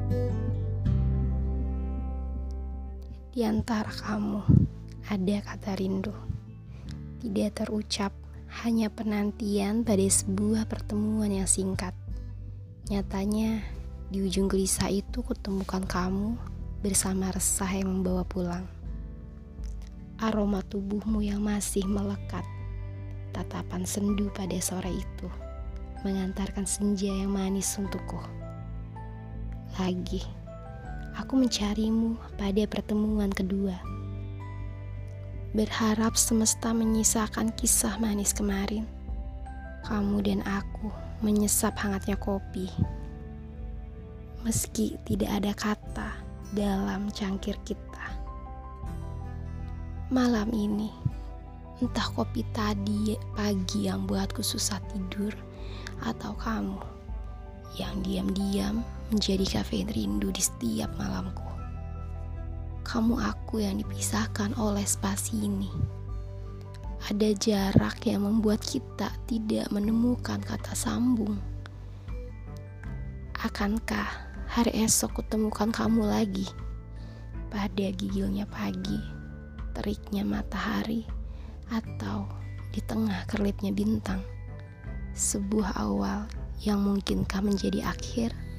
Di antara kamu ada kata rindu, tidak terucap, hanya penantian pada sebuah pertemuan yang singkat. Nyatanya di ujung gelisah itu kutemukan kamu bersama resah yang membawa pulang. Aroma tubuhmu yang masih melekat, tatapan sendu pada sore itu mengantarkan senja yang manis untukku. Lagi aku mencarimu pada pertemuan kedua, berharap semesta menyisakan kisah manis kemarin. Kamu dan aku menyesap hangatnya kopi, meski tidak ada kata dalam cangkir kita. Malam ini, entah kopi tadi pagi yang buatku susah tidur, atau kamu yang diam-diam menjadi kafein rindu di setiap malamku. Kamu aku yang dipisahkan oleh spasi ini. Ada jarak yang membuat kita tidak menemukan kata sambung. Akankah hari esok kutemukan kamu lagi? Pada gigilnya pagi, teriknya matahari, atau di tengah kerlipnya bintang. Sebuah awal yang mungkinkah menjadi akhir?